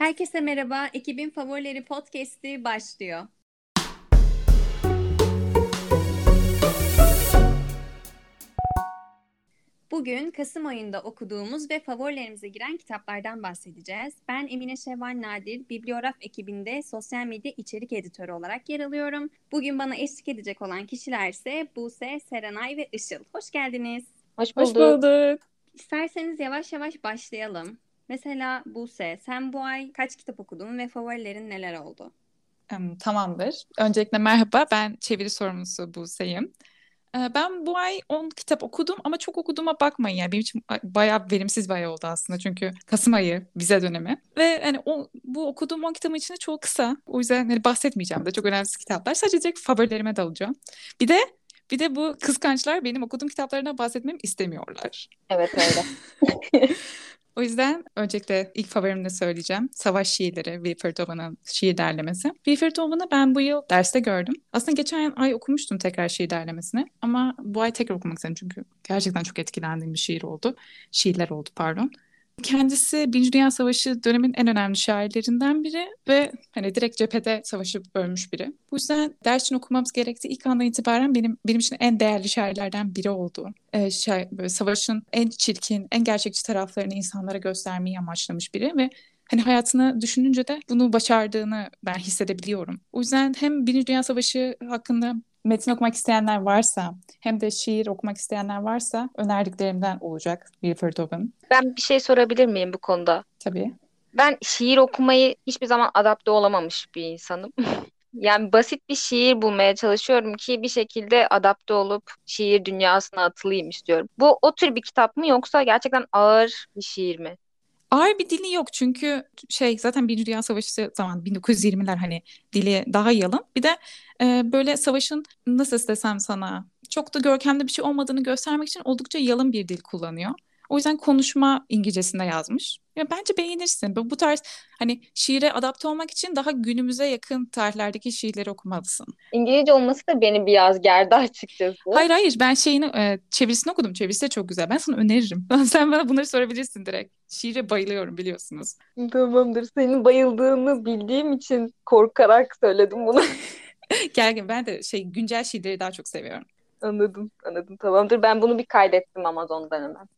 Herkese merhaba. Ekibin Favorileri Podcast'i başlıyor. Bugün Kasım ayında okuduğumuz ve favorilerimize giren kitaplardan bahsedeceğiz. Ben Emine Şevval Nadir, Bibliograf ekibinde sosyal medya içerik editörü olarak yer alıyorum. Bugün bana eşlik edecek olan kişiler ise Buse, Serenay ve Işıl. Hoş geldiniz. Hoş Hoş bulduk. bulduk. İsterseniz yavaş yavaş başlayalım. Mesela Buse, sen bu ay kaç kitap okudun ve favorilerin neler oldu? Tamamdır. Öncelikle merhaba, ben çeviri sorumlusu Buse'yim. Ben bu ay 10 kitap okudum ama çok okuduğuma bakmayın. Yani benim için bayağı verimsiz bir ay oldu aslında. Çünkü Kasım ayı vize dönemi. Ve hani bu okuduğum 10 kitabın içinde çoğu kısa. O yüzden hani bahsetmeyeceğim de çok önemsiz kitaplar. Sadece direkt favorilerime dalacağım. Bir de bu kıskançlar benim okuduğum kitaplarına bahsetmemi istemiyorlar. Evet öyle. O yüzden öncelikle ilk favorimini de söyleyeceğim. Savaş Şiirleri, Wilfred Owen'ın şiir derlemesi. Wilfred Owen'ı ben bu yıl derste gördüm. Aslında geçen ay okumuştum tekrar şiir derlemesini. Ama bu ay tekrar okumak istedim çünkü gerçekten çok etkilendiğim bir şiir oldu. Şiirler oldu pardon. Kendisi Birinci Dünya Savaşı dönemin en önemli şairlerinden biri ve hani direkt cephede savaşıp ölmüş biri. Bu yüzden ders için okumamız gerektiği ilk andan itibaren benim için en değerli şairlerden biri oldu. Böyle savaşın en çirkin, en gerçekçi taraflarını insanlara göstermeyi amaçlamış biri ve hani hayatını düşününce de bunu başardığını ben hissedebiliyorum. O yüzden hem Birinci Dünya Savaşı hakkında metin okumak isteyenler varsa hem de şiir okumak isteyenler varsa önerdiklerimden olacak Wilfred Owen. Ben bir şey sorabilir miyim bu konuda? Tabii. Ben şiir okumayı hiçbir zaman adapte olamamış bir insanım. Yani basit bir şiir bulmaya çalışıyorum ki bir şekilde adapte olup şiir dünyasına atılayım istiyorum. Bu o tür bir kitap mı yoksa gerçekten ağır bir şiir mi? Ağır bir dili yok çünkü zaten Birinci Dünya Savaşı zaman 1920'ler hani dili daha yalın. Bir de böyle savaşın nasıl desem sana çok da görkemli bir şey olmadığını göstermek için oldukça yalın bir dil kullanıyor. O yüzden konuşma İngilizcesinde yazmış. Ya bence beğenirsin. Bu tarz hani şiire adapte olmak için daha günümüze yakın tarihlerdeki şiirleri okumalısın. İngilizce olması da beni biraz gerdi açıkçası. Hayır hayır ben çevirisini okudum. Çevirisi de çok güzel. Ben sana öneririm. Sen bana bunları sorabilirsin direkt. Şiire bayılıyorum biliyorsunuz. Tamamdır. Senin bayıldığını bildiğim için korkarak söyledim bunu. Gel ben de güncel şiirleri daha çok seviyorum. Anladım, anladım. Tamamdır. Ben bunu bir kaydettim Amazon'dan hemen.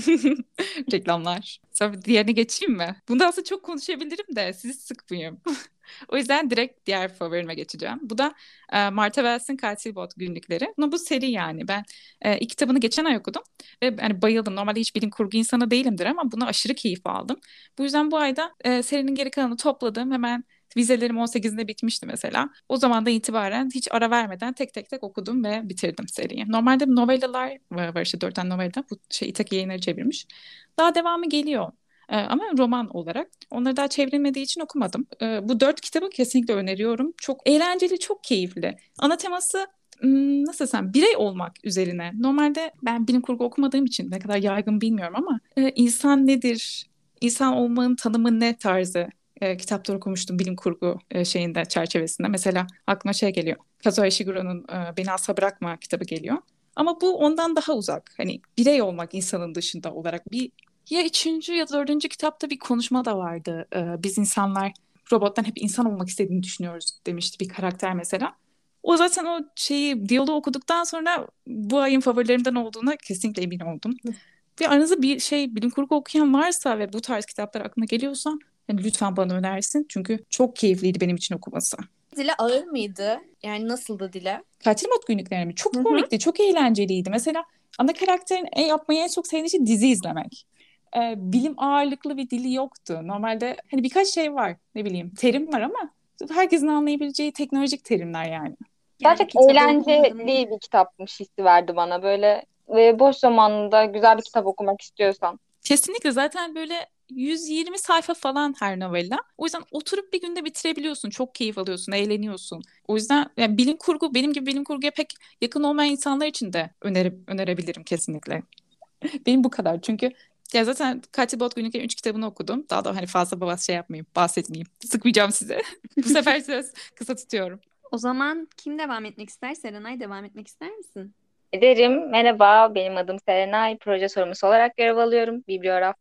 Reklamlar. Sonra diğerine geçeyim mi? Bunda aslında çok konuşabilirim de sizi sıkmayayım. O yüzden direkt diğer favorime geçeceğim. Bu da Martha Wells'in Katil Bot günlükleri. Bu seri yani. Ben ilk kitabını geçen ay okudum. Ve hani bayıldım. Normalde hiç bilim kurgu insanı değilimdir ama buna aşırı keyif aldım. Bu yüzden bu ayda serinin geri kalanını topladım. Hemen vizelerim 18'inde bitmişti mesela. O zamandan itibaren hiç ara vermeden tek okudum ve bitirdim seriyi. Normalde novellalar var işte 4 tane novella. Bu İthak Yayınları çevirmiş. Daha devamı geliyor. Ama roman olarak. Onları daha çevrilmediği için okumadım. Bu 4 kitabı kesinlikle öneriyorum. Çok eğlenceli, çok keyifli. Ana teması nasıl desem birey olmak üzerine. Normalde ben bilim kurgu okumadığım için ne kadar yaygın bilmiyorum ama insan nedir? İnsan olmanın tanımı ne tarzı kitaplar okumuştum bilim kurgu çerçevesinde. Mesela aklıma geliyor. Kazuo Ishiguro'nun Beni Asla Bırakma kitabı geliyor. Ama bu ondan daha uzak. Hani birey olmak insanın dışında olarak ya üçüncü ya dördüncü kitapta bir konuşma da vardı. Biz insanlar robottan hep insan olmak istediğini düşünüyoruz demişti bir karakter mesela. O zaten o diyaloğu okuduktan sonra bu ayın favorilerimden olduğuna kesinlikle emin oldum. Ve aranızda bilim kurgu okuyan varsa ve bu tarz kitaplar aklına geliyorsa yani lütfen bana önersin. Çünkü çok keyifliydi benim için okuması. Dile ağır mıydı? Yani nasıldı dile? Katil Bot günlükleri mi? Çok Hı hı. komikti, çok eğlenceliydi. Mesela ana karakterin yapmayı en çok sevdiği şey dizi izlemek. Bilim ağırlıklı bir dili yoktu. Normalde hani birkaç şey var, ne bileyim, terim var ama herkesin anlayabileceği teknolojik terimler yani. Yani Gerçek kitabı eğlenceli okumadım. bir kitapmış hissi verdi bana böyle. Ve boş zamanında güzel bir kitap okumak istiyorsan. Kesinlikle zaten böyle 120 sayfa falan her novella. O yüzden oturup bir günde bitirebiliyorsun. Çok keyif alıyorsun, eğleniyorsun. O yüzden yani bilim kurgu, benim gibi bilim kurguya pek yakın olmayan insanlar için de önerebilirim kesinlikle. Benim bu kadar. Çünkü ya zaten Katil Bot Günlük'ün 3 kitabını okudum. Daha da hani fazla bahsetmeyeyim. Sıkmayacağım size. Bu sefer söz kısa tutuyorum. O zaman kim devam etmek ister? Serenay devam etmek ister misin? Ederim. Merhaba, benim adım Serenay. Proje sorumlusu olarak görev alıyorum Bibliograf'ta.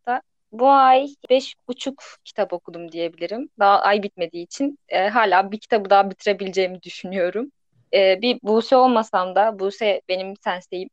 Bu ay 5,5 kitap okudum diyebilirim. Daha ay bitmediği için hala bir kitabı daha bitirebileceğimi düşünüyorum. Bir Buse olmasam da, Buse benim senseyim.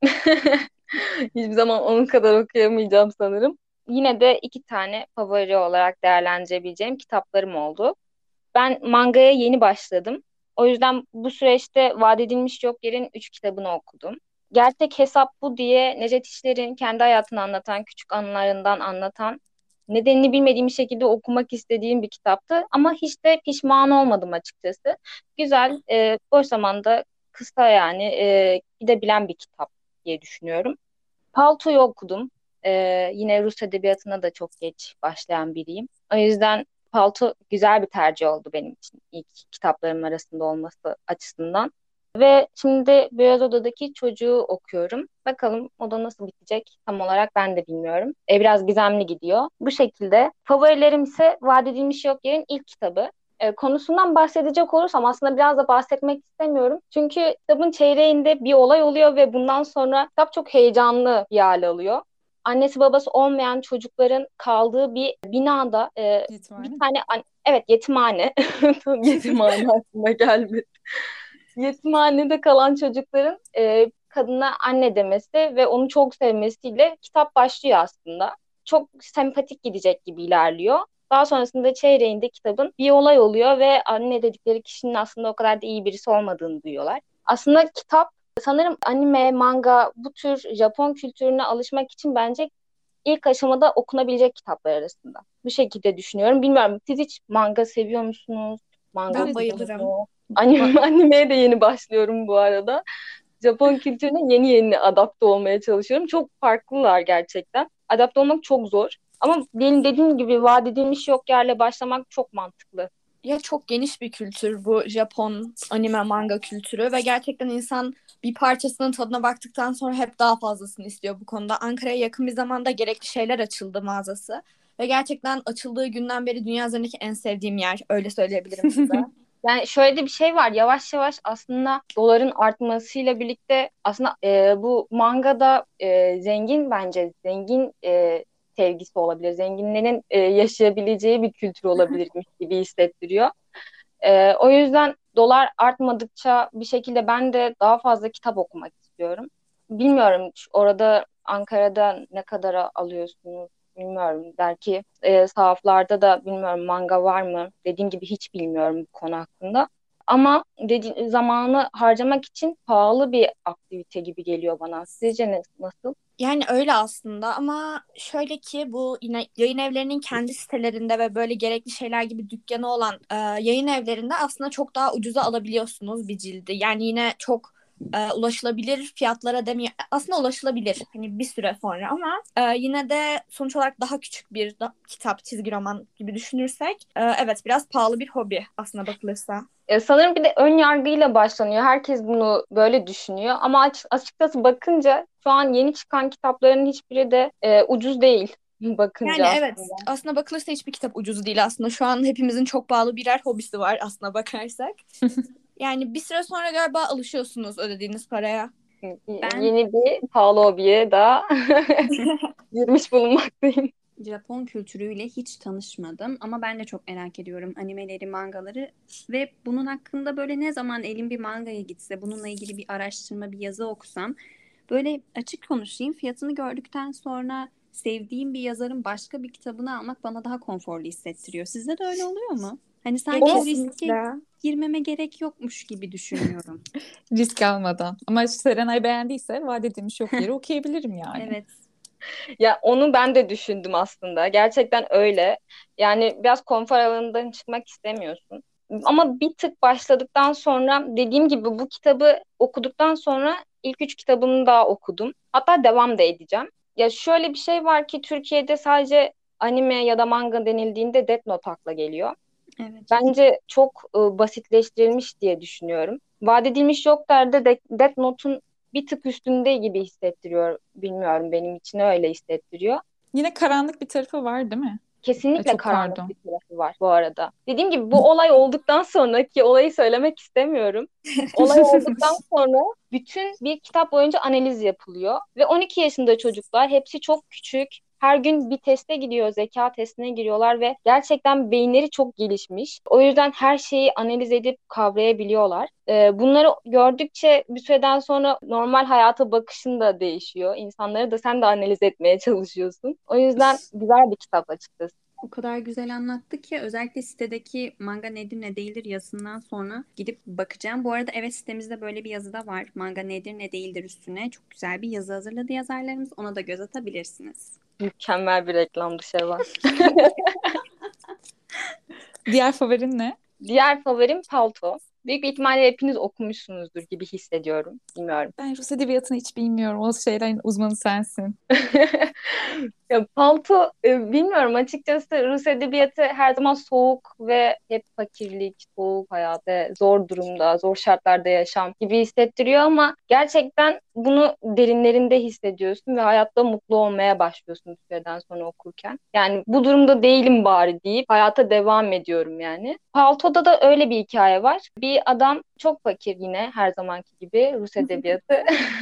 Hiçbir zaman onun kadar okuyamayacağım sanırım. Yine de 2 tane favori olarak değerlendirebileceğim kitaplarım oldu. Ben mangaya yeni başladım. O yüzden bu süreçte Vaat Edilmiş Yok Yer'in 3 kitabını okudum. Gerçek Hesap Bu diye Necdet İşler'in kendi hayatını anlatan, küçük anılarından anlatan, nedenini bilmediğim şekilde okumak istediğim bir kitaptı. Ama hiç de pişman olmadım açıkçası. Güzel, boş zamanda kısa yani gidebilen bir kitap diye düşünüyorum. Palto'yu okudum. Yine Rus edebiyatına da çok geç başlayan biriyim. O yüzden Palto güzel bir tercih oldu benim için ilk kitaplarım arasında olması açısından. Ve şimdi Beyaz Oda'daki Çocuğu okuyorum. Bakalım o da nasıl bitecek tam olarak ben de bilmiyorum. Biraz gizemli gidiyor. Bu şekilde. Favorilerim ise Vaat Edilmiş Yok Yer'in ilk kitabı. Konusundan bahsedecek olursam aslında biraz da bahsetmek istemiyorum. Çünkü kitabın çeyreğinde bir olay oluyor ve bundan sonra kitap çok heyecanlı bir hale alıyor. Annesi babası olmayan çocukların kaldığı bir binada bir Yetimhane. tane evet, yetimhane. Tam yetimhane aklıma gelmedi. Yetimhanede kalan çocukların kadına anne demesi ve onu çok sevmesiyle kitap başlıyor aslında. Çok sempatik gidecek gibi ilerliyor. Daha sonrasında çeyreğinde kitabın bir olay oluyor ve anne dedikleri kişinin aslında o kadar da iyi birisi olmadığını duyuyorlar. Aslında kitap sanırım anime, manga bu tür Japon kültürüne alışmak için bence ilk aşamada okunabilecek kitaplar arasında. Bu şekilde düşünüyorum. Bilmiyorum, siz hiç manga seviyor musunuz? Manga Ben Evet. okudunuz bayılırım. mu? Animeye de yeni başlıyorum bu arada. Japon kültürüne yeni yeni adapte olmaya çalışıyorum. Çok farklılar gerçekten. Adapte olmak çok zor. Ama benim dediğim gibi vaat edilmiş yok yerle başlamak çok mantıklı. Ya çok geniş bir kültür bu Japon anime manga kültürü ve gerçekten insan bir parçasının tadına baktıktan sonra hep daha fazlasını istiyor bu konuda. Ankara'ya yakın bir zamanda gerekli şeyler açıldı mağazası ve gerçekten açıldığı günden beri dünya üzerindeki en sevdiğim yer, öyle söyleyebilirim size. Yani şöyle de bir şey var. Yavaş yavaş aslında doların artmasıyla birlikte aslında bu mangada zengin, bence zengin sevgisi olabilir. Zenginlerin yaşayabileceği bir kültür olabilirmiş gibi hissettiriyor. O yüzden dolar artmadıkça bir şekilde ben de daha fazla kitap okumak istiyorum. Bilmiyorum orada Ankara'da ne kadar alıyorsunuz bilmiyorum. Belki sahaflarda da bilmiyorum manga var mı? Dediğim gibi hiç bilmiyorum bu konu hakkında. Ama zamanı harcamak için pahalı bir aktivite gibi geliyor bana. Sizce nasıl? Yani öyle aslında ama şöyle ki bu yine yayın evlerinin kendi sitelerinde ve böyle gerekli şeyler gibi dükkanı olan yayın evlerinde aslında çok daha ucuza alabiliyorsunuz bir cildi. Yani yine çok ulaşılabilir fiyatlara demiyor. Aslında ulaşılabilir hani bir süre sonra ama yine de sonuç olarak daha küçük bir kitap, çizgi roman gibi düşünürsek evet biraz pahalı bir hobi aslında bakılırsa. Sanırım bir de ön yargıyla başlanıyor. Herkes bunu böyle düşünüyor. Ama açıkçası bakınca şu an yeni çıkan kitapların hiçbiri de ucuz değil Yani bakınca evet aslında. aslında bakılırsa hiçbir kitap ucuz değil aslında. Şu an hepimizin çok pahalı birer hobisi var aslına bakarsak. Yani bir süre sonra galiba alışıyorsunuz ödediğiniz paraya. Ben Yeni bir pahalı hobiye daha girmiş bulunmaktayım. Japon kültürüyle hiç tanışmadım ama ben de çok merak ediyorum animeleri, mangaları ve bunun hakkında böyle ne zaman elim bir mangaya gitse, bununla ilgili bir araştırma, bir yazı okusam, böyle açık konuşayım, fiyatını gördükten sonra sevdiğim bir yazarın başka bir kitabını almak bana daha konforlu hissettiriyor. Sizde de öyle oluyor mu? Hani Ya sanki o riske kesinlikle. girmeme gerek yokmuş gibi düşünüyorum. Risk almadan. Ama Serenay beğendiyse vaat edilmiş yok yeri okuyabilirim yani. Evet. Ya onu ben de düşündüm aslında. Gerçekten öyle. Yani biraz konfor alanından çıkmak istemiyorsun. Ama bir tık başladıktan sonra dediğim gibi bu kitabı okuduktan sonra ilk 3 kitabını daha okudum. Hatta devam da edeceğim. Ya şöyle bir şey var ki Türkiye'de sadece anime ya da manga denildiğinde Death Note akla geliyor. Evet. Bence çok basitleştirilmiş diye düşünüyorum. Vaat edilmiş yok derdi Death Note'un bir tık üstünde gibi hissettiriyor. Bilmiyorum, benim için öyle hissettiriyor. Yine karanlık bir tarafı var değil mi? Kesinlikle Çok karanlık pardon. bir tarafı var bu arada. Dediğim gibi bu olay olduktan sonraki olayı söylemek istemiyorum. Olay olduktan sonra bütün bir kitap boyunca analiz yapılıyor. Ve 12 yaşında çocuklar, hepsi çok küçük. her gün bir teste gidiyor, zeka testine giriyorlar ve gerçekten beyinleri çok gelişmiş. O yüzden her şeyi analiz edip kavrayabiliyorlar. Bunları gördükçe bir süreden sonra normal hayata bakışın da değişiyor. İnsanları da sen de analiz etmeye çalışıyorsun. O yüzden güzel bir kitap açıkçası. O kadar güzel anlattı ki özellikle sitedeki Manga Nedir Ne Değildir yazısından sonra gidip bakacağım. Bu arada evet, sitemizde böyle bir yazı da var. Manga Nedir Ne Değildir üstüne. Çok güzel bir yazı hazırladı yazarlarımız. Ona da göz atabilirsiniz. Mükemmel bir reklamdı Şevval. Diğer favorin ne? Diğer favorim Palto. Büyük bir ihtimalle hepiniz okumuşsunuzdur gibi hissediyorum. Bilmiyorum. Ben Rus edebiyatını hiç bilmiyorum. O şeylerin uzmanı sensin. Ya Palto bilmiyorum açıkçası, Rus edebiyatı her zaman soğuk ve hep fakirlik, soğuk hayat ve zor durumda, zor şartlarda yaşam gibi hissettiriyor ama gerçekten bunu derinlerinde hissediyorsun ve hayatta mutlu olmaya başlıyorsun bir süreden sonra okurken. Yani bu durumda değilim bari deyip hayata devam ediyorum yani. Palto'da da öyle bir hikaye var. Bir adam çok fakir, yine her zamanki gibi Rus edebiyatı.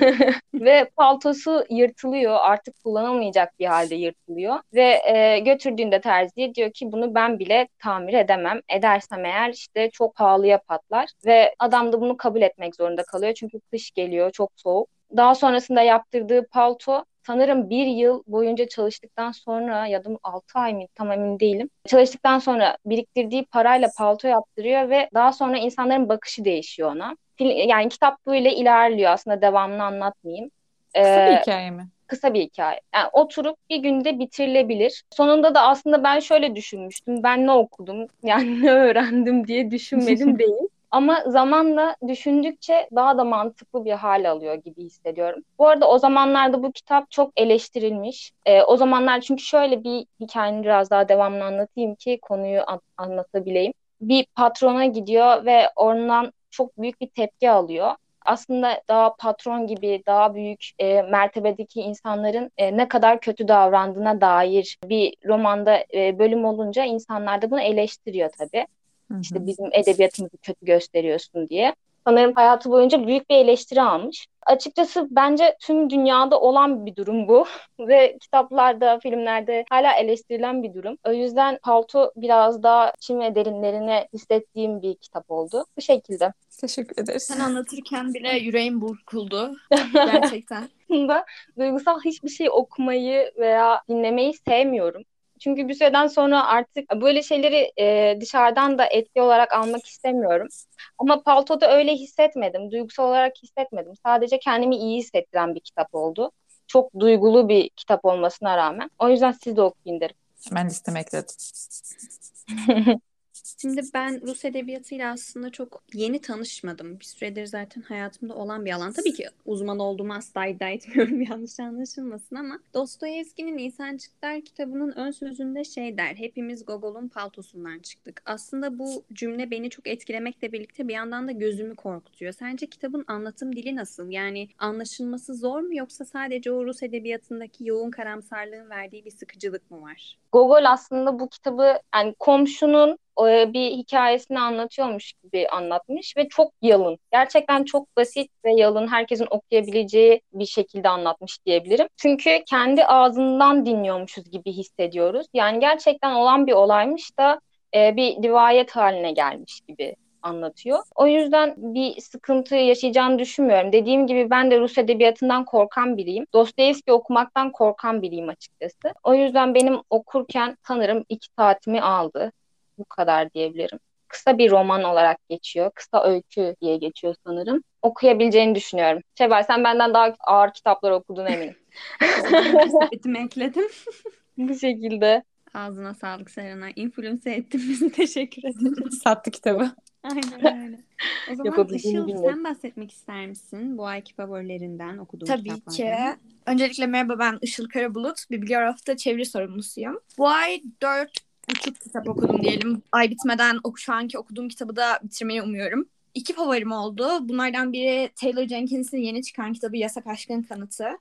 Ve paltosu yırtılıyor. Artık kullanamayacak bir halde yırtılıyor. Ve götürdüğünde terziye diyor ki bunu ben bile tamir edemem. Edersem eğer işte çok pahalıya patlar. Ve adam da bunu kabul etmek zorunda kalıyor. Çünkü kış geliyor, çok soğuk. Daha sonrasında yaptırdığı palto sanırım 1 yıl boyunca çalıştıktan sonra ya da 6 ay mı, tam emin değilim. Çalıştıktan sonra biriktirdiği parayla palto yaptırıyor ve daha sonra insanların bakışı değişiyor ona. Yani kitap böyle ilerliyor, aslında devamını anlatmayayım. Kısa bir Ee, hikaye mi? Kısa bir hikaye. Yani oturup bir günde bitirilebilir. Sonunda da aslında ben şöyle düşünmüştüm. Ben ne okudum, yani ne öğrendim diye düşünmedim değil. Ama zamanla düşündükçe daha da mantıklı bir hal alıyor gibi hissediyorum. Bu arada o zamanlarda bu kitap çok eleştirilmiş. O zamanlar, çünkü şöyle bir hikayenin biraz daha devamını anlatayım ki konuyu anlatabileyim. Bir patrona gidiyor ve ondan çok büyük bir tepki alıyor. Aslında daha patron gibi daha büyük mertebedeki insanların ne kadar kötü davrandığına dair bir romanda bölüm olunca insanlar da bunu eleştiriyor tabii. Hı hı. İşte bizim edebiyatımızı kötü gösteriyorsun diye. Sanırım hayatı boyunca büyük bir eleştiri almış. Açıkçası bence tüm dünyada olan bir durum bu ve kitaplarda, filmlerde hala eleştirilen bir durum. O yüzden Palto biraz daha içim ve derinlerine hissettiğim bir kitap oldu. Bu şekilde. Teşekkür ederiz. Sen anlatırken bile yüreğim burkuldu. Gerçekten. Aslında duygusal hiçbir şey okumayı veya dinlemeyi sevmiyorum. Çünkü bir süreden sonra artık böyle şeyleri dışarıdan da etki olarak almak istemiyorum. Ama Palto'da öyle hissetmedim. Duygusal olarak hissetmedim. Sadece kendimi iyi hissettiren bir kitap oldu. Çok duygulu bir kitap olmasına rağmen. O yüzden siz de okuyun derim. Hemen listeme ekledim. Şimdi ben Rus edebiyatıyla aslında çok yeni tanışmadım. Bir süredir zaten hayatımda olan bir alan. Tabii ki uzman olduğumu asla iddia etmiyorum, yanlış anlaşılmasın, ama Dostoyevski'nin İnsancıklar kitabının ön sözünde şey der: hepimiz Gogol'un paltosundan çıktık. Aslında bu cümle beni çok etkilemekle birlikte bir yandan da gözümü korkutuyor. Sence kitabın anlatım dili nasıl? Yani anlaşılması zor mu, yoksa sadece o Rus edebiyatındaki yoğun karamsarlığın verdiği bir sıkıcılık mı var? Gogol aslında bu kitabı yani komşunun bir hikayesini anlatıyormuş gibi anlatmış ve çok yalın. Gerçekten çok basit ve yalın, herkesin okuyabileceği bir şekilde anlatmış diyebilirim. Çünkü kendi ağzından dinliyormuşuz gibi hissediyoruz. Yani gerçekten olan bir olaymış da bir rivayet haline gelmiş gibi anlatıyor. O yüzden bir sıkıntı yaşayacağını düşünmüyorum. Dediğim gibi ben de Rus edebiyatından korkan biriyim. Dostoyevski okumaktan korkan biriyim açıkçası. O yüzden benim okurken sanırım 2 saatimi aldı. Bu kadar diyebilirim. Kısa bir roman olarak geçiyor. Kısa öykü diye geçiyor sanırım. Okuyabileceğini düşünüyorum. Şevval, sen benden daha ağır kitaplar okudun eminim. Sepetime ekledim. Bu şekilde. Ağzına sağlık Serena. Influence ettin bizi. Teşekkür ederim. Sattı kitabı. Aynen öyle. O zaman Yapabildiğimi Işıl, bilmiyorum. sen bahsetmek ister misin bu ayki favorilerinden, okuduğun Tabii ki. kitaplardan? Öncelikle merhaba, ben Işıl Karabulut. Bibliograf'ta çeviri sorumlusuyum. Bu ay 4,5 kitap okudum diyelim. Ay bitmeden şu anki okuduğum kitabı da bitirmeyi umuyorum. 2 favorim oldu. Bunlardan biri Taylor Jenkins'in yeni çıkan kitabı Yasak Aşkın Kanıtı.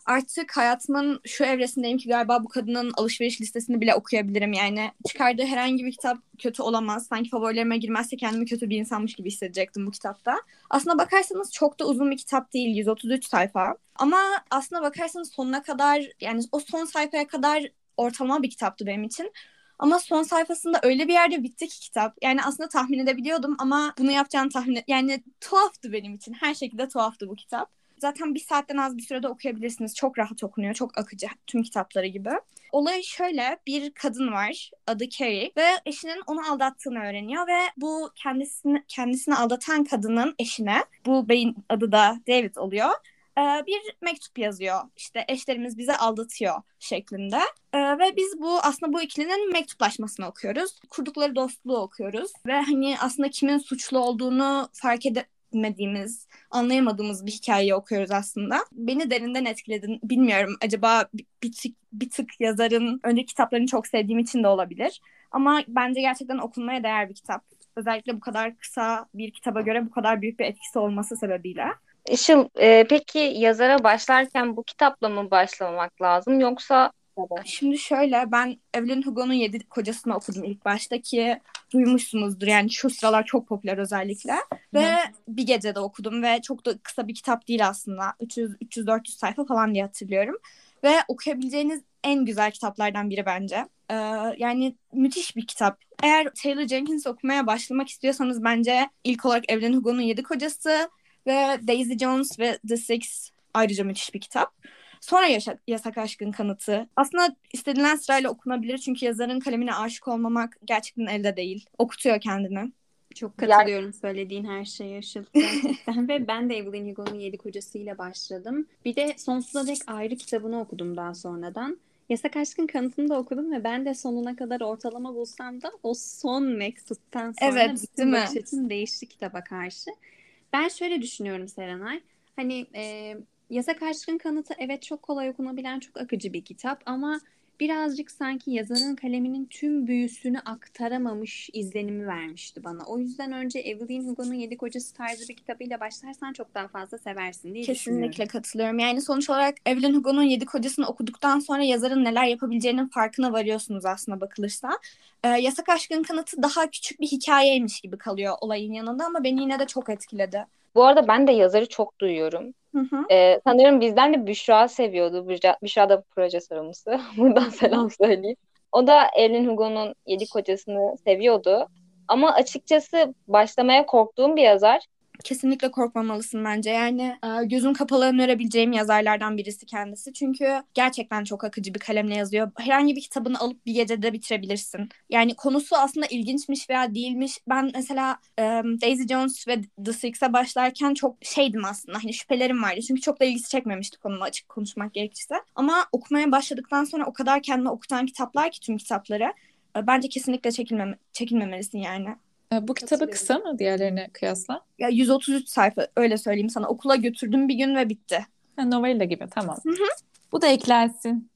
artık hayatımın şu evresindeyim ki galiba bu kadının alışveriş listesini bile okuyabilirim. Yani çıkardığı herhangi bir kitap kötü olamaz. Sanki favorilerime girmezse kendimi kötü bir insanmış gibi hissedecektim bu kitapta. Aslına bakarsanız çok da uzun bir kitap değil. 133 sayfa. Ama aslına bakarsanız sonuna kadar, yani o son sayfaya kadar ortalama bir kitaptı benim için. Ama son sayfasında öyle bir yerde bitti ki kitap. Yani aslında tahmin edebiliyordum ama bunu yapacağını yani tuhaftı benim için. Her şekilde tuhaftı bu kitap. Zaten bir saatten az bir sürede okuyabilirsiniz. Çok rahat okunuyor, çok akıcı tüm kitapları gibi. Olay şöyle, bir kadın var adı Carrie ve eşinin onu aldattığını öğreniyor ve bu kendisini aldatan kadının eşine, bu beyin adı da David oluyor, bir mektup yazıyor. İşte eşlerimiz bizi aldatıyor şeklinde. Ve biz aslında bu ikilinin mektuplaşmasını okuyoruz. Kurdukları dostluğu okuyoruz. Ve hani aslında kimin suçlu olduğunu fark edemediğimiz, anlayamadığımız bir hikayeyi okuyoruz aslında. Beni derinden etkiledi. Bilmiyorum, acaba bir tık yazarın önceki kitaplarını çok sevdiğim için de olabilir. Ama bence gerçekten okunmaya değer bir kitap. Özellikle bu kadar kısa bir kitaba göre bu kadar büyük bir etkisi olması sebebiyle. Işıl, peki yazara başlarken bu kitapla mı başlamak lazım yoksa... Şimdi şöyle, ben Evelyn Hugo'nun 7 Kocası'nı okudum ilk başta ki duymuşsunuzdur, yani şu sıralar çok popüler özellikle. Ve bir gecede okudum ve çok da kısa bir kitap değil aslında. 300-400 sayfa falan diye hatırlıyorum. Ve okuyabileceğiniz en güzel kitaplardan biri bence. Yani müthiş bir kitap. Eğer Taylor Jenkins okumaya başlamak istiyorsanız bence ilk olarak Evelyn Hugo'nun 7 Kocası ve Daisy Jones ve The Six ayrıca müthiş bir kitap. Sonra Yasak Aşkın Kanıtı. Aslında istenilen sırayla okunabilir çünkü yazarın kalemine aşık olmamak gerçekten elde değil. Okutuyor kendini. Çok katılıyorum söylediğin her şeye Işıl. Gerçekten. Ve ben de Evelyn Hugo'nun 7 Kocası'yla başladım. Bir de Sonsuza Dek ayrı kitabını okudum daha sonradan. Yasak Aşkın Kanıtı'nı da okudum ve ben de sonuna kadar ortalama bulsam da o son mektuptan sonra Evet, bütün değil mi? bakış açım değişti kitaba karşı. Ben şöyle düşünüyorum Serenay. Hani Yasak Aşkın Kanıtı evet çok kolay okunabilen, çok akıcı bir kitap ama birazcık sanki yazarın kaleminin tüm büyüsünü aktaramamış izlenimi vermişti bana. O yüzden önce Evelyn Hugo'nun 7 Kocası tarzı bir kitabıyla başlarsan çok daha fazla seversin diye düşünüyorum. Kesinlikle katılıyorum. Yani sonuç olarak Evelyn Hugo'nun 7 Kocası'nı okuduktan sonra yazarın neler yapabileceğinin farkına varıyorsunuz aslında bakılırsa. Yasak Aşkın Kanıtı daha küçük bir hikayeymiş gibi kalıyor olayın yanında ama beni yine de çok etkiledi. Bu arada ben de yazarı çok duyuyorum. Hı hı. Sanırım bizden de Büşra seviyordu. Büşra da proje sorumlusu. Buradan selam söyleyeyim. O da Evelyn Hugo'nun 7 Kocası'nı seviyordu. Ama açıkçası başlamaya korktuğum bir yazar. Kesinlikle korkmamalısın bence. Yani gözüm kapalı önerebileceğim yazarlardan birisi kendisi. Çünkü gerçekten çok akıcı bir kalemle yazıyor. Herhangi bir kitabını alıp bir gecede bitirebilirsin. Yani konusu aslında ilginçmiş veya değilmiş. Ben mesela Daisy Jones ve The Six'e başlarken çok şeydim aslında. Hani şüphelerim vardı. Çünkü çok da ilgisi çekmemişti konuma, açık konuşmak gerekirse. Ama okumaya başladıktan sonra o kadar kendini okutan kitaplar ki tüm kitapları. Bence kesinlikle çekinmemelisin yani. Bu kitabı kısa mı diğerlerine kıyasla? Ya 133 sayfa, öyle söyleyeyim sana. Okula götürdüm bir gün ve bitti. Novella gibi, tamam. Hı hı. Bu da eklensin.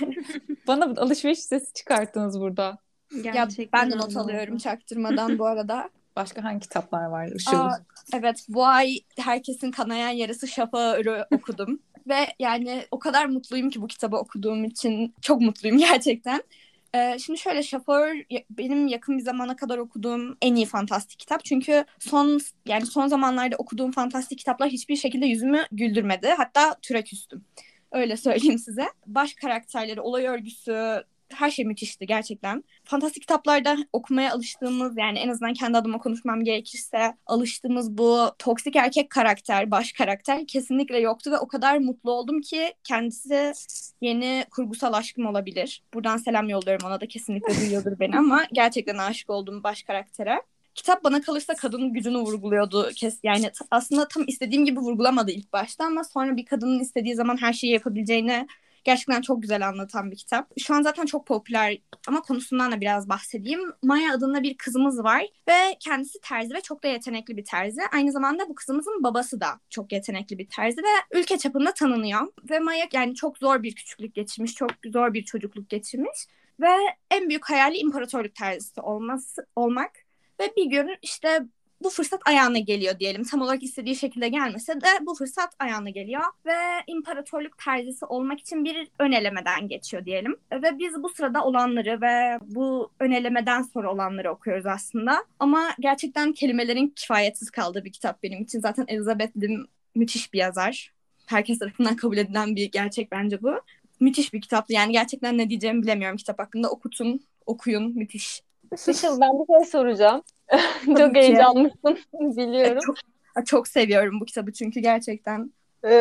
Bana alışveriş listesi çıkarttınız burada. Gerçekten Ya ben de not öyle alıyorum oldu. çaktırmadan bu arada. Başka hangi kitaplar var Işıl? Evet, bu ay herkesin kanayan yarası Şafak'ı okudum. Ve yani o kadar mutluyum ki bu kitabı okuduğum için. Çok mutluyum gerçekten. Şimdi şöyle, Şafak benim yakın bir zamana kadar okuduğum en iyi fantastik kitap. Çünkü son zamanlarda okuduğum fantastik kitaplar hiçbir şekilde yüzümü güldürmedi. Hatta türe küstüm. Öyle söyleyeyim size. Baş karakterleri, olay örgüsü, her şey müthişti gerçekten. Fantastik kitaplarda okumaya alıştığımız, yani en azından kendi adıma konuşmam gerekirse alıştığımız bu toksik erkek karakter, baş karakter kesinlikle yoktu ve o kadar mutlu oldum ki kendisi yeni kurgusal aşkım olabilir. Buradan selam yolluyorum, ona da kesinlikle duyuyordur beni ama gerçekten aşık oldum baş karaktere. Kitap bana kalırsa kadının gücünü vurguluyordu. Yani aslında tam istediğim gibi vurgulamadı ilk başta ama sonra bir kadının istediği zaman her şeyi yapabileceğini gerçekten çok güzel anlatan bir kitap. Şu an zaten çok popüler ama konusundan da biraz bahsedeyim. Maya adında bir kızımız var ve kendisi terzi ve çok da yetenekli bir terzi. Aynı zamanda bu kızımızın babası da çok yetenekli bir terzi ve ülke çapında tanınıyor. Ve Maya yani çok zor bir küçüklük geçirmiş, çok zor bir çocukluk geçirmiş ve en büyük hayali imparatorluk terzisi olmak. Ve bir gün işte bu fırsat ayağına geliyor diyelim. Tam olarak istediği şekilde gelmese de bu fırsat ayağına geliyor ve imparatorluk terzisi olmak için bir ön elemeden geçiyor diyelim. Ve biz bu sırada olanları ve bu ön elemeden sonra olanları okuyoruz aslında. Ama gerçekten kelimelerin kifayetsiz kaldığı bir kitap benim için. Zaten Elizabeth Lim müthiş bir yazar. Herkes tarafından kabul edilen bir gerçek bence bu. Müthiş bir kitaptı. Yani gerçekten ne diyeceğimi bilemiyorum kitap hakkında. Okuyun. Müthiş. Işıl, ben bir şey soracağım. Çok Tabii ki. heyecanlısın biliyorum. Çok seviyorum bu kitabı çünkü gerçekten.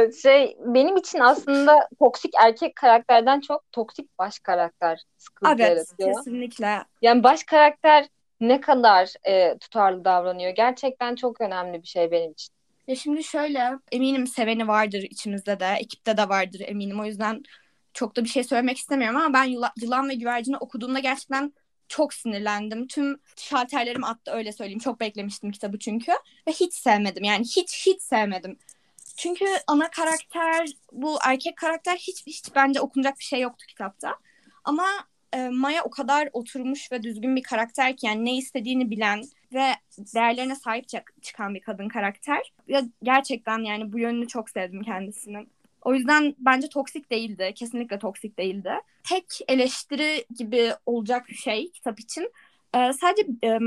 Benim için aslında toksik erkek karakterden çok toksik baş karakter sıkıntı Evet, yaratıyor. kesinlikle. Yani baş karakter ne kadar tutarlı davranıyor gerçekten çok önemli bir şey benim için. Ya şimdi şöyle, eminim seveni vardır içimizde de, ekipte de vardır eminim. O yüzden çok da bir şey söylemek istemiyorum ama ben Yılan ve Güvercin'i okuduğumda gerçekten çok sinirlendim. Tüm şalterlerim attı, öyle söyleyeyim. Çok beklemiştim kitabı çünkü. Ve hiç sevmedim, yani hiç sevmedim. Çünkü ana karakter, bu erkek karakter hiç bence okunacak bir şey yoktu kitapta. Ama Maya o kadar oturmuş ve düzgün bir karakter ki, yani ne istediğini bilen ve değerlerine sahip çıkan bir kadın karakter. Ya gerçekten yani bu yönünü çok sevdim kendisinin. O yüzden bence toksik değildi. Kesinlikle toksik değildi. Tek eleştiri gibi olacak şey kitap için. Sadece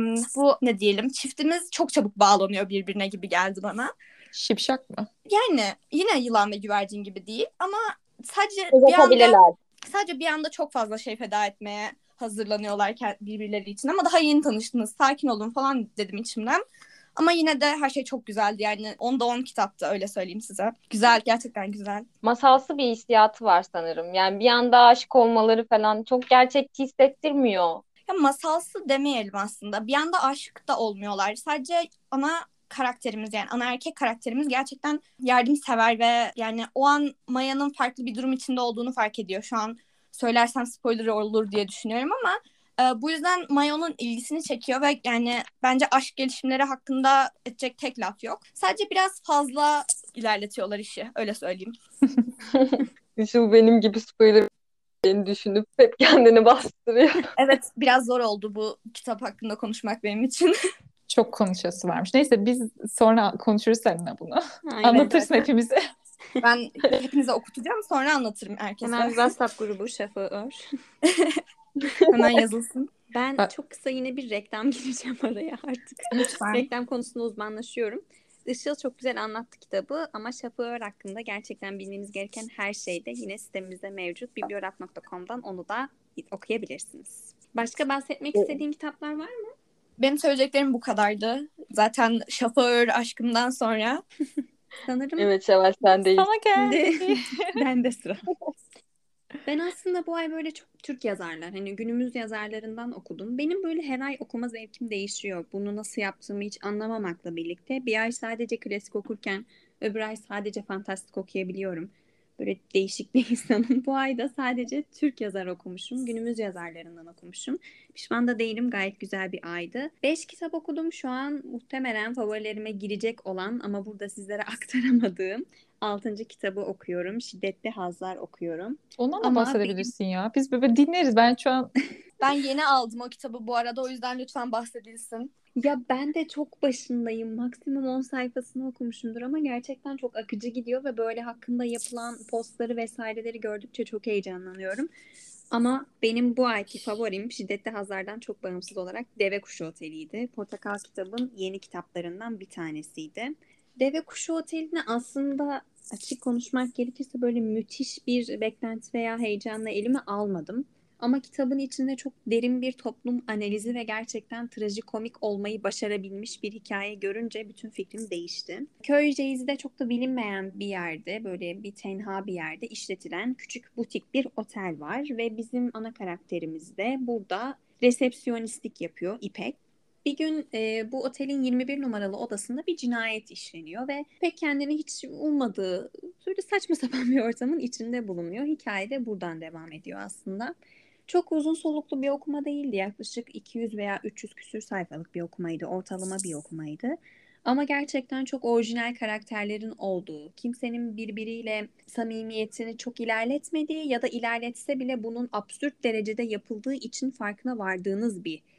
bu ne diyelim, çiftimiz çok çabuk bağlanıyor birbirine gibi geldi bana. Şipşak mı? Yani yine Yılan ve Güvercin gibi değil ama sadece Uzatabilirler. bir anda çok fazla şey feda etmeye hazırlanıyorlar birbirleri için ama daha yeni tanıştınız, sakin olun falan dedim içimden. Ama yine de her şey çok güzeldi, yani 10'da 10 kitaptı, öyle söyleyeyim size. Güzel, gerçekten güzel. Masalsı bir hissiyatı var sanırım. Yani bir anda aşık olmaları falan çok gerçekçi hissettirmiyor. Ya masalsı demeyelim aslında. Bir anda aşık da olmuyorlar. Sadece ana karakterimiz, yani ana erkek karakterimiz gerçekten yardımsever ve yani o an Maya'nın farklı bir durum içinde olduğunu fark ediyor. Şu an söylersem spoiler olur diye düşünüyorum ama bu yüzden Maya onun ilgisini çekiyor ve yani bence aşk gelişimleri hakkında edecek tek laf yok. Sadece biraz fazla ilerletiyorlar işi, öyle söyleyeyim. Işıl benim gibi spoiler düşünüp hep kendini bastırıyor. Evet, biraz zor oldu bu kitap hakkında konuşmak benim için. Çok konuşası varmış. Neyse biz sonra konuşuruz seninle bunu. Aynen. Anlatırsın hepimize. Ben hepinize okutacağım, sonra anlatırım herkese. Hemen bir WhatsApp grubu şoför. Hemen yazılsın. Ben çok kısa yine bir reklam gireceğim araya artık. Lütfen. Reklam konusunda uzmanlaşıyorum. Işıl çok güzel anlattı kitabı ama şoför hakkında gerçekten bilmeniz gereken her şey de yine sitemizde mevcut. biblioraf.com'dan onu da okuyabilirsiniz. Başka bahsetmek istediğin kitaplar var mı? Benim söyleyeceklerim bu kadardı. Zaten şoför aşkımdan sonra. Sanırım Evet Şevval sendeyiz. Sana geldi. ben de sıra. Ben aslında bu ay böyle çok Türk yazarlar, hani günümüz yazarlarından okudum. Benim böyle her ay okuma zevkim değişiyor. Bunu nasıl yaptığımı hiç anlamamakla birlikte. Bir ay sadece klasik okurken öbür ay sadece fantastik okuyabiliyorum. Böyle değişik bir insanım. Bu ay da sadece Türk yazar okumuşum. Günümüz yazarlarından okumuşum. Pişman da değilim. Gayet güzel bir aydı. 5 kitap okudum. Şu an muhtemelen favorilerime girecek olan ama burada sizlere aktaramadığım 6. kitabı okuyorum. Şiddetli Hazlar okuyorum. Ondan da Ama bahsedebilirsin ya. Biz böyle dinleriz. Ben şu an Ben yeni aldım o kitabı bu arada, o yüzden lütfen bahsedilsin. Ya ben de çok başındayım. Maksimum 10 sayfasını okumuşumdur ama gerçekten çok akıcı gidiyor ve böyle hakkında yapılan postları vesaireleri gördükçe çok heyecanlanıyorum. Ama benim bu ayki favorim Şiddetli Hazlar'dan çok bağımsız olarak Deve Kuşu Oteli'ydi. Portakal kitabın yeni kitaplarından bir tanesiydi. Deve Kuşu Oteli'ni aslında açık konuşmak gerekirse böyle müthiş bir beklenti veya heyecanla elime almadım. Ama kitabın içinde çok derin bir toplum analizi ve gerçekten trajikomik olmayı başarabilmiş bir hikaye görünce bütün fikrim değişti. Köyceğiz'de çok da bilinmeyen bir yerde, böyle bir tenha bir yerde işletilen küçük butik bir otel var ve bizim ana karakterimiz de burada resepsiyonistlik yapıyor, İpek. Bir gün bu otelin 21 numaralı odasında bir cinayet işleniyor ve pek kendini hiç ummadığı böyle saçma sapan bir ortamın içinde bulunuyor. Hikaye de buradan devam ediyor aslında. Çok uzun soluklu bir okuma değildi. Yaklaşık 200 veya 300 küsür sayfalık bir okumaydı. Ortalama bir okumaydı. Ama gerçekten çok orijinal karakterlerin olduğu, kimsenin birbiriyle samimiyetini çok ilerletmediği ya da ilerletse bile bunun absürt derecede yapıldığı için farkına vardığınız bir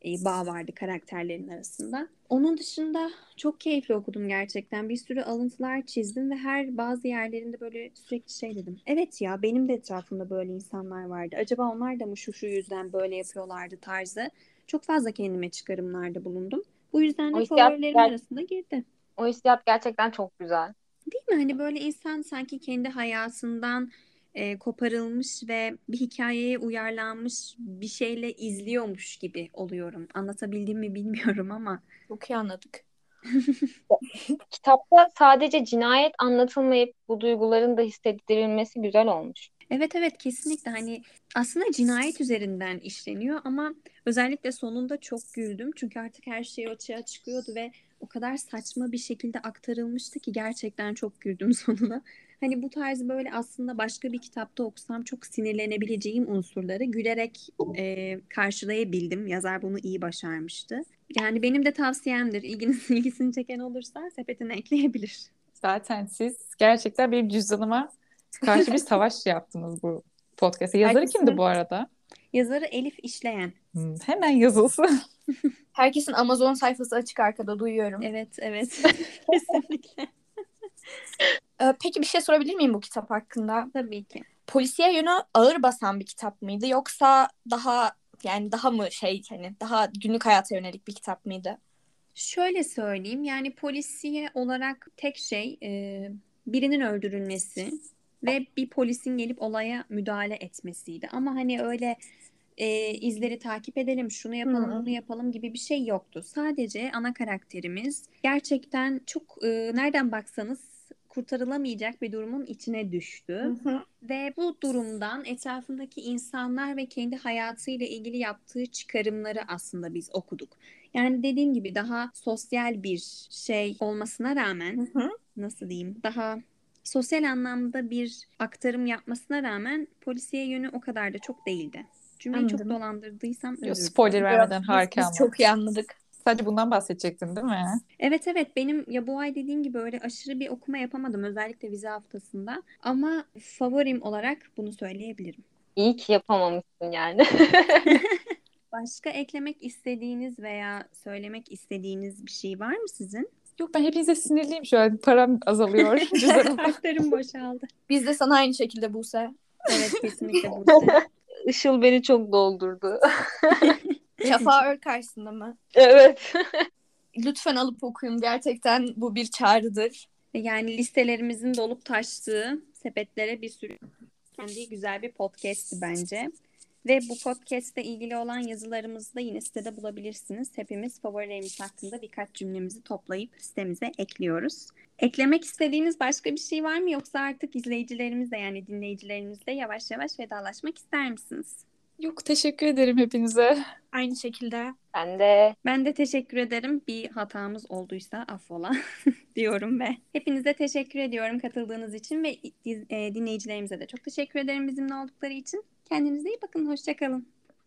bağ vardı karakterlerin arasında. Onun dışında çok keyifli okudum gerçekten. Bir sürü alıntılar çizdim ve her bazı yerlerinde böyle sürekli şey dedim. Evet ya, benim de etrafımda böyle insanlar vardı. Acaba onlar da mı şu yüzden böyle yapıyorlardı tarzı. Çok fazla kendime çıkarımlarda bulundum. Bu yüzden O de hissiyat, favorilerim arasında girdi. o hissiyat gerçekten çok güzel. Değil mi? Hani böyle insan sanki kendi hayatından koparılmış ve bir hikayeye uyarlanmış bir şeyle izliyormuş gibi oluyorum. Anlatabildim mi bilmiyorum ama. Çok iyi anladık. Kitapta sadece cinayet anlatılmayıp bu duyguların da hissettirilmesi güzel olmuş. Evet evet, kesinlikle hani aslında cinayet üzerinden işleniyor ama özellikle sonunda çok güldüm. Çünkü artık her şey açığa çıkıyordu ve o kadar saçma bir şekilde aktarılmıştı ki gerçekten çok güldüm sonuna. Hani bu tarz böyle aslında başka bir kitapta okusam çok sinirlenebileceğim unsurları gülerek karşılayabildim. Yazar bunu iyi başarmıştı. Yani benim de tavsiyemdir. İlgisini çeken olursa sepetine ekleyebilir. Zaten siz gerçekten benim cüzdanıma karşı bir savaş yaptınız bu podcast'te. Yazarı kimdi Herkesin, bu arada? Yazarı Elif İşleyen. Hemen yazılsın. herkesin Amazon sayfası açık arkada duyuyorum. Evet, evet. Kesinlikle. Peki bir şey sorabilir miyim bu kitap hakkında? Tabii ki. Polisiye yönü ağır basan bir kitap mıydı yoksa daha mı hani daha günlük hayata yönelik bir kitap mıydı? Şöyle söyleyeyim, yani polisiye olarak tek şey birinin öldürülmesi ve bir polisin gelip olaya müdahale etmesiydi. Ama hani öyle izleri takip edelim, şunu yapalım, Hı. bunu yapalım gibi bir şey yoktu. Sadece ana karakterimiz gerçekten çok nereden baksanız kurtarılamayacak bir durumun içine düştü. Hı. Ve bu durumdan etrafındaki insanlar ve kendi hayatıyla ilgili yaptığı çıkarımları aslında biz okuduk. Yani dediğim gibi daha sosyal bir şey olmasına rağmen, Hı. nasıl diyeyim, daha sosyal anlamda bir aktarım yapmasına rağmen polisiye yönü o kadar da çok değildi. Cümleyi çok Anladım. dolandırdıysam Yo, özür spoiler dilerim. vermeden Biz, harika biz ama. çok iyi anladık. Sadece bundan bahsedecektin değil mi? Evet evet, benim ya bu ay dediğim gibi öyle aşırı bir okuma yapamadım özellikle vize haftasında ama favorim olarak bunu söyleyebilirim. İyi ki yapamamışsın yani. Başka eklemek istediğiniz veya söylemek istediğiniz bir şey var mı sizin? Yok, ben hepinize sinirliyim şu an. Param azalıyor cüzdanımda. Kartlarım boşaldı. Biz de sana aynı şekilde Buse. Evet, kesinlikle Buse. Işıl beni çok doldurdu. Şafak Ör karşısında mı? Evet. Lütfen alıp okuyun. Gerçekten bu bir çağrıdır. Yani listelerimizin dolup taştığı sepetlere bir sürü kendi güzel bir podcast'ti bence. Ve bu podcast'le ilgili olan yazılarımızı da yine sitede bulabilirsiniz. Hepimiz favorilerimiz hakkında birkaç cümlemizi toplayıp sitemize ekliyoruz. Eklemek istediğiniz başka bir şey var mı? Yoksa artık izleyicilerimizle yani dinleyicilerimizle yavaş yavaş vedalaşmak ister misiniz? Yok, teşekkür ederim hepinize. Aynı şekilde. Ben de. Ben de teşekkür ederim. Bir hatamız olduysa affola diyorum ve hepinize teşekkür ediyorum katıldığınız için ve dinleyicilerimize de çok teşekkür ederim bizimle oldukları için. Kendinize iyi bakın. Hoşça kalın.